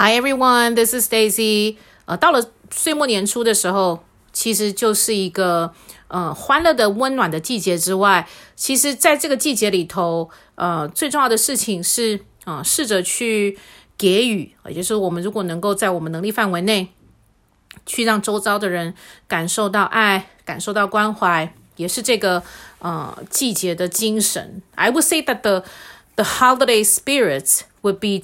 Hi everyone, this is Daisy. 到了岁末年初的时候，其实就是一个欢乐的温暖的季节之外，其实在这个季节里头，最重要的事情是试着去给予，也就是我们如果能够在我们能力范围内去让周遭的人感受到爱，感受到关怀，也是这个季节的精神。I would say that the holiday spirits would be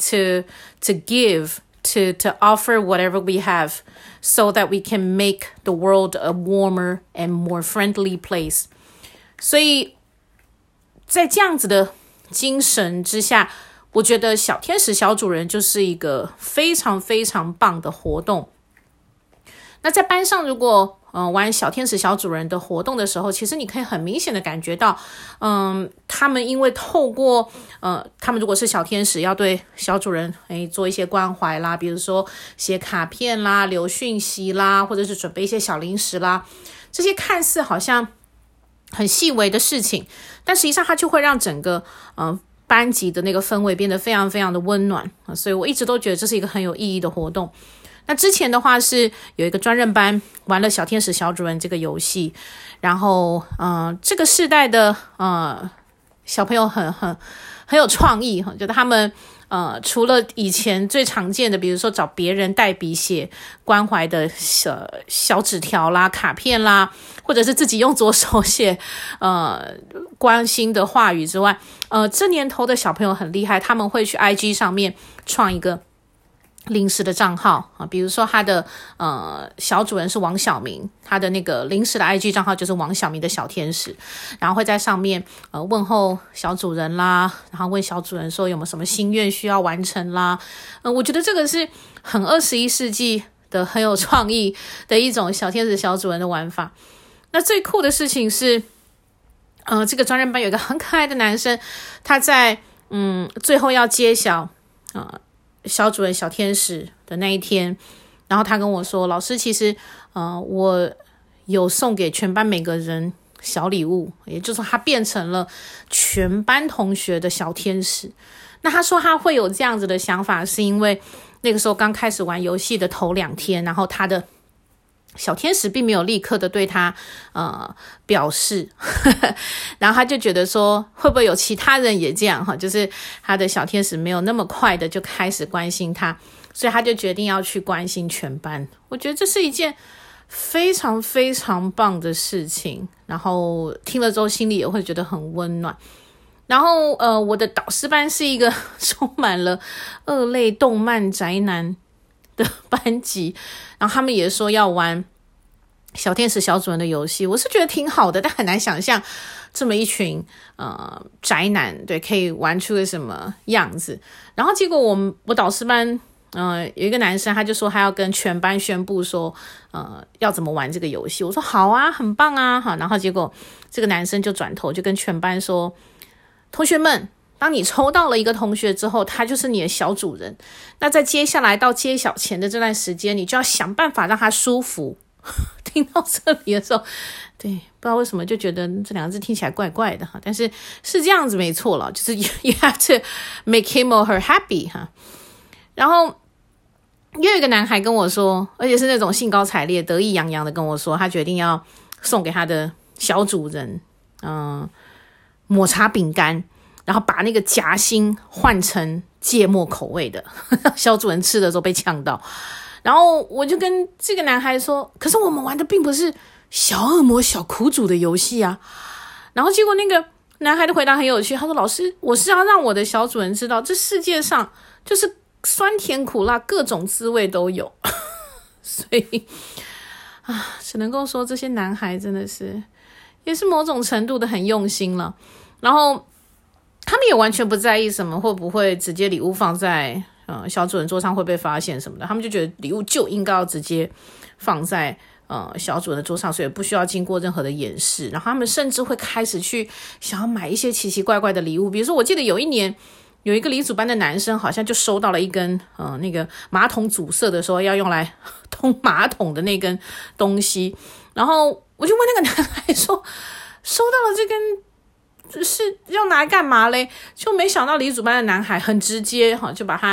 to give, to offer whatever we have so that we can make the world a warmer and more friendly place. 所以在这样子的精神之下，我觉得小天使小主人就是一个非常非常棒的活动。那在班上如果玩小天使小主人的活动的时候，其实你可以很明显的感觉到他们因为透过他们如果是小天使要对小主人做一些关怀啦，比如说写卡片啦，留讯息啦，或者是准备一些小零食啦，这些看似好像很细微的事情，但实际上它就会让整个班级的那个氛围变得非常非常的温暖，所以我一直都觉得这是一个很有意义的活动。那之前的话是有一个专任班玩了小天使小主人这个游戏，然后这个世代的小朋友很有创意，觉得他们除了以前最常见的比如说找别人代笔写关怀的小纸条啦，卡片啦，或者是自己用左手写关心的话语之外，这年头的小朋友很厉害，他们会去 IG 上面创一个临时的账号比如说他的小主人是王小明，他的那个临时的 IG 账号就是王小明的小天使，然后会在上面问候小主人啦，然后问小主人说有没有什么心愿需要完成啦。我觉得这个是很21世纪的很有创意的一种小天使小主人的玩法。那最酷的事情是这个专任班有一个很可爱的男生，他在最后要揭晓小主人小天使的那一天，然后他跟我说，老师其实我有送给全班每个人小礼物，也就是说他变成了全班同学的小天使。那他说他会有这样子的想法是因为那个时候刚开始玩游戏的头2天，然后他的小天使并没有立刻的对他表示然后他就觉得说会不会有其他人也这样就是他的小天使没有那么快的就开始关心他，所以他就决定要去关心全班。我觉得这是一件非常非常棒的事情，然后听了之后心里也会觉得很温暖。然后我的导师班是一个充满了2类动漫宅男的班级，然后他们也说要玩小天使小主人的游戏，我是觉得挺好的，但很难想象这么一群宅男对可以玩出个什么样子。然后结果我导师班有一个男生，他就说他要跟全班宣布说要怎么玩这个游戏。我说好啊，很棒啊。好，然后结果这个男生就转头就跟全班说，同学们，当你抽到了一个同学之后，他就是你的小主人，那在接下来到揭晓前的这段时间，你就要想办法让他舒服听到这里的时候，对，不知道为什么就觉得这2个字听起来怪怪的但是是这样子没错了，就是 you have to make him or her happy 然后又有一个男孩跟我说，而且是那种兴高采烈得意洋洋的跟我说，他决定要送给他的小主人抹茶饼干，然后把那个夹心换成芥末口味的小主人吃的时候被呛到。然后我就跟这个男孩说，可是我们玩的并不是小恶魔小苦主的游戏啊。然后结果那个男孩的回答很有趣，他说，老师，我是要让我的小主人知道这世界上就是酸甜苦辣各种滋味都有所以只能够说这些男孩真的是也是某种程度的很用心了。然后他们也完全不在意什么会不会直接礼物放在小主人桌上会被发现什么的，他们就觉得礼物就应该要直接放在小主人的桌上，所以不需要经过任何的掩饰。然后他们甚至会开始去想要买一些奇奇怪怪的礼物，比如说我记得有一年有一个理组班的男生好像就收到了一根那个马桶阻塞的时候要用来通马桶的那根东西，然后我就问那个男孩说，收到了这根是要拿来干嘛嘞？就没想到理组班的男孩很直接就把它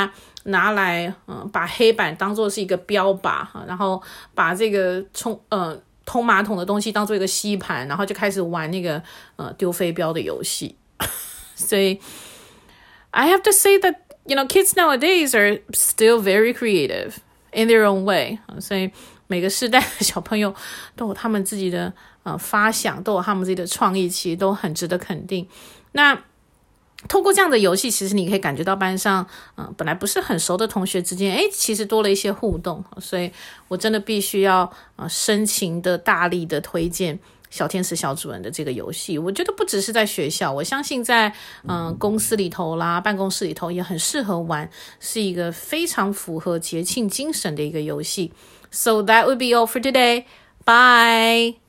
拿来把黑板当作是一个标靶，然后把这个通马桶的东西当做一个吸盘，然后就开始玩那个丢飞镖的游戏。所以 I have to say that kids nowadays are still very creative in their own way. 所以每个世代的小朋友都有他们自己的发想，都有他们自己的创意，其实都很值得肯定。那透过这样的游戏，其实你可以感觉到班上本来不是很熟的同学之间其实多了一些互动。所以我真的必须要深情的大力的推荐小天使小主人的这个游戏。我觉得不只是在学校，我相信在公司里头啦，办公室里头也很适合玩，是一个非常符合节庆精神的一个游戏。So that would be all for today. Bye!